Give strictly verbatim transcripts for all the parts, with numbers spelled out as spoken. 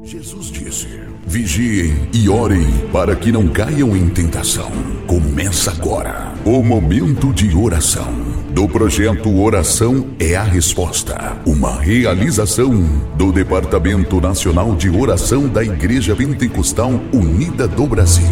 Jesus disse: vigiem e orem para que não caiam em tentação. Começa agora o momento de oração do projeto Oração é a Resposta, uma realização do Departamento Nacional de Oração da Igreja Pentecostal Unida do Brasil.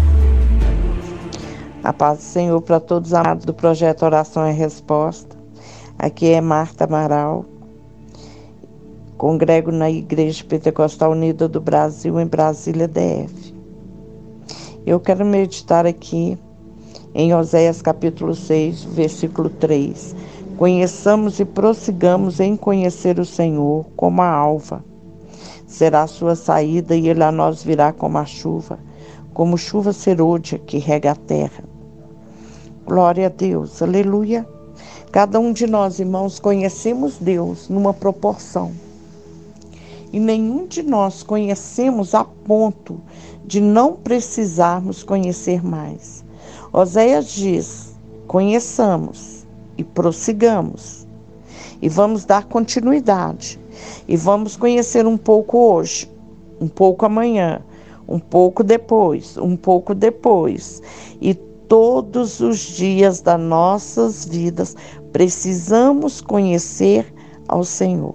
A paz do Senhor para todos amados do projeto Oração é a Resposta. Aqui é Marta Amaral. Congrego na Igreja Pentecostal Unida do Brasil, em Brasília, D F. Eu quero meditar aqui em Oséias capítulo seis, versículo três. Conheçamos e prossigamos em conhecer o Senhor como a alva. Será a sua saída e ele a nós virá como a chuva, como chuva serôdia que rega a terra. Glória a Deus, aleluia. Cada um de nós, irmãos, conhecemos Deus numa proporção. E nenhum de nós conhecemos a ponto de não precisarmos conhecer mais. Oséias diz: conheçamos e prossigamos. E vamos dar continuidade. E vamos conhecer um pouco hoje, um pouco amanhã, um pouco depois, um pouco depois. E todos os dias das nossas vidas precisamos conhecer ao Senhor.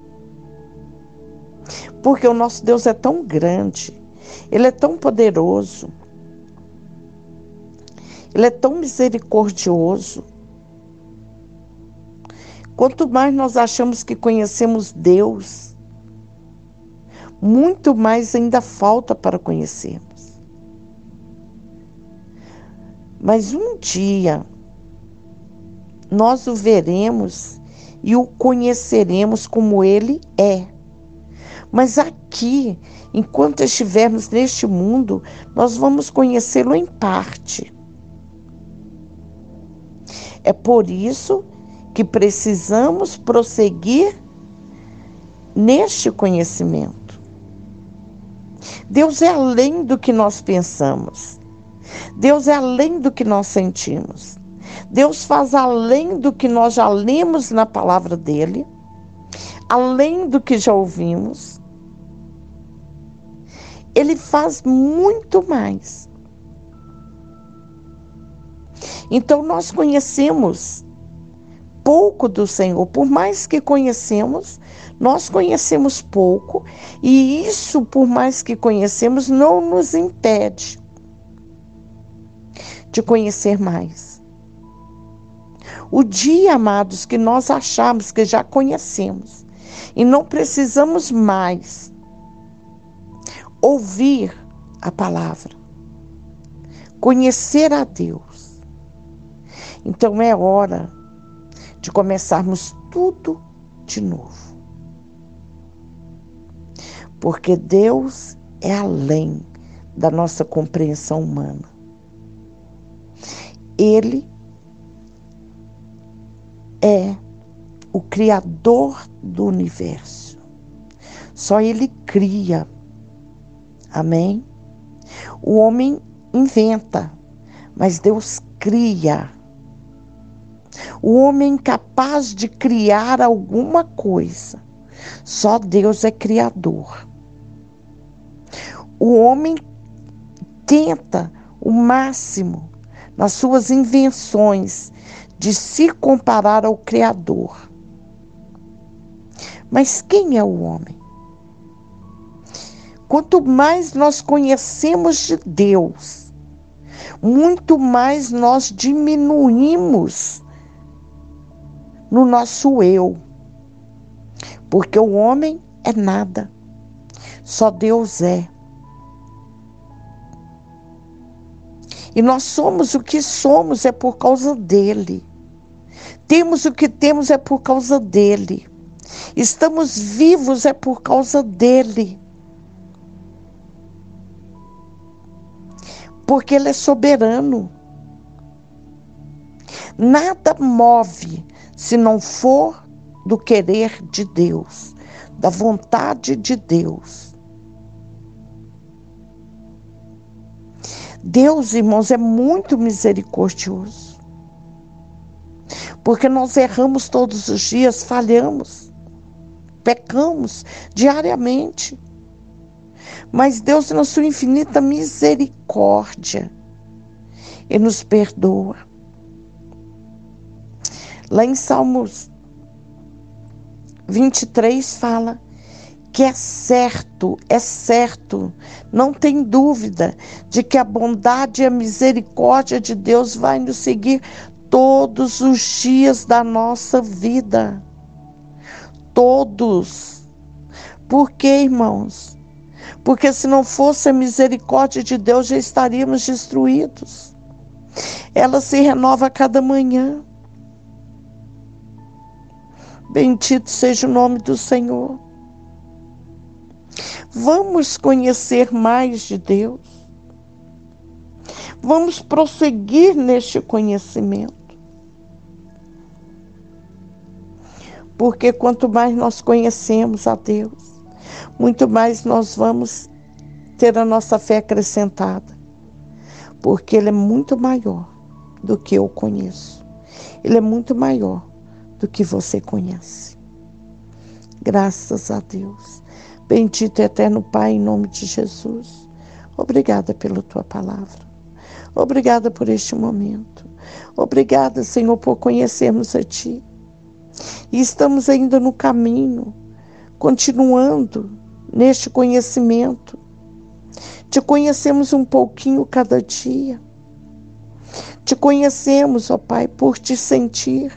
Porque o nosso Deus é tão grande, Ele é tão poderoso, Ele é tão misericordioso. Quanto mais nós achamos que conhecemos Deus, muito mais ainda falta para conhecermos. Mas um dia nós o veremos e o conheceremos como Ele é. Mas aqui, enquanto estivermos neste mundo, nós vamos conhecê-lo em parte. É por isso que precisamos prosseguir neste conhecimento. Deus é além do que nós pensamos. Deus é além do que nós sentimos. Deus faz além do que nós já lemos na palavra dele, além do que já ouvimos. Ele faz muito mais. Então nós conhecemos pouco do Senhor. Por mais que conhecemos, nós conhecemos pouco. E isso, por mais que conhecemos, não nos impede de conhecer mais. O dia, amados, que nós achamos que já conhecemos e não precisamos mais ouvir a palavra, conhecer a Deus. Então é hora de começarmos tudo de novo. Porque Deus é além da nossa compreensão humana. Ele é o Criador do universo. Só Ele cria. Amém? O homem inventa, mas Deus cria. O homem é incapaz de criar alguma coisa. Só Deus é criador. O homem tenta o máximo nas suas invenções de se comparar ao Criador. Mas quem é o homem? Quanto mais nós conhecemos de Deus, muito mais nós diminuímos no nosso eu. Porque o homem é nada, só Deus é. E nós somos o que somos é por causa dele. Temos o que temos é por causa dele. Estamos vivos é por causa dele. Porque ele é soberano. Nada move se não for do querer de Deus, da vontade de Deus. Deus, irmãos, é muito misericordioso. Porque nós erramos todos os dias, falhamos, pecamos diariamente. Mas Deus, na sua infinita misericórdia, Ele nos perdoa. Lá em Salmos vinte e três fala que é certo, é certo, não tem dúvida de que a bondade e a misericórdia de Deus vai nos seguir todos os dias da nossa vida. Todos. Por quê, irmãos? Porque se não fosse a misericórdia de Deus, já estaríamos destruídos. Ela se renova a cada manhã. Bendito seja o nome do Senhor. Vamos conhecer mais de Deus. Vamos prosseguir neste conhecimento. Porque quanto mais nós conhecemos a Deus, muito mais nós vamos ter a nossa fé acrescentada. Porque Ele é muito maior do que eu conheço. Ele é muito maior do que você conhece. Graças a Deus. Bendito e eterno Pai, em nome de Jesus. Obrigada pela Tua palavra. Obrigada por este momento. Obrigada, Senhor, por conhecermos a Ti. E estamos ainda no caminho, continuando neste conhecimento. Te conhecemos um pouquinho cada dia. Te conhecemos, ó Pai, por Te sentir.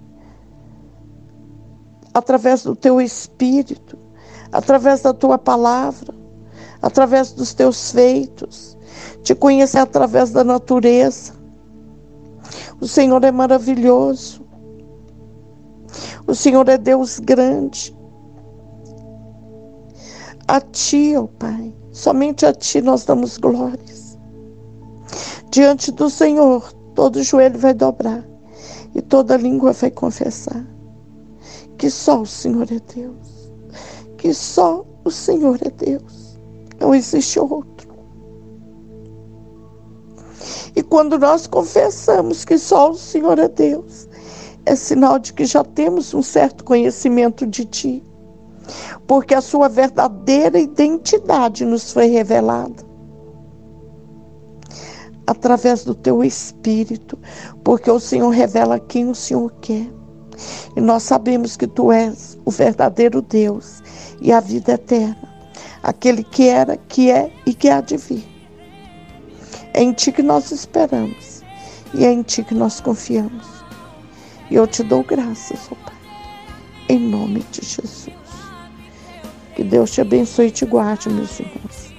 Através do Teu Espírito, através da Tua palavra, através dos Teus feitos. Te conhecer através da natureza. O Senhor é maravilhoso. O Senhor é Deus grande. A Ti, ó Pai, somente a Ti nós damos glórias. Diante do Senhor, todo joelho vai dobrar e toda língua vai confessar que só o Senhor é Deus. Que só o Senhor é Deus. Não existe outro. E quando nós confessamos que só o Senhor é Deus, é sinal de que já temos um certo conhecimento de Ti. Porque a Sua verdadeira identidade nos foi revelada. Através do Teu Espírito. Porque o Senhor revela quem o Senhor quer. E nós sabemos que Tu és o verdadeiro Deus e a vida eterna. Aquele que era, que é e que há de vir. É em Ti que nós esperamos. E é em Ti que nós confiamos. E eu Te dou graças, ó Pai. Em nome de Jesus. Que Deus Te abençoe e Te guarde, meus irmãos.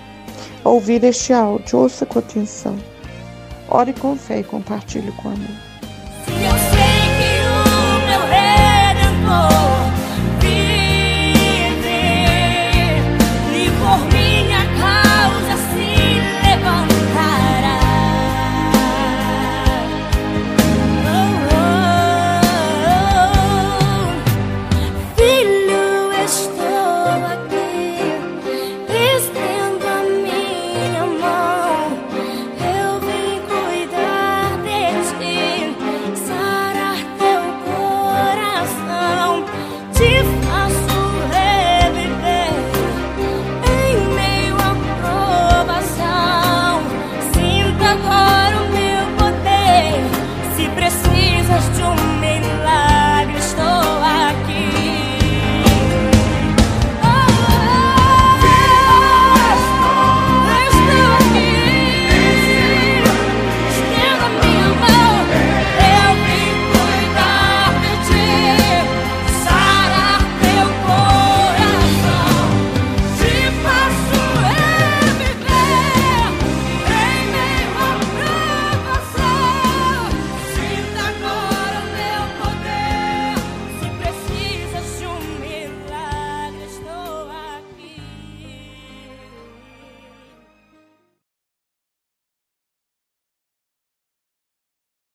Ao ouvir este áudio, ouça com atenção. Ore com fé e compartilhe com amor.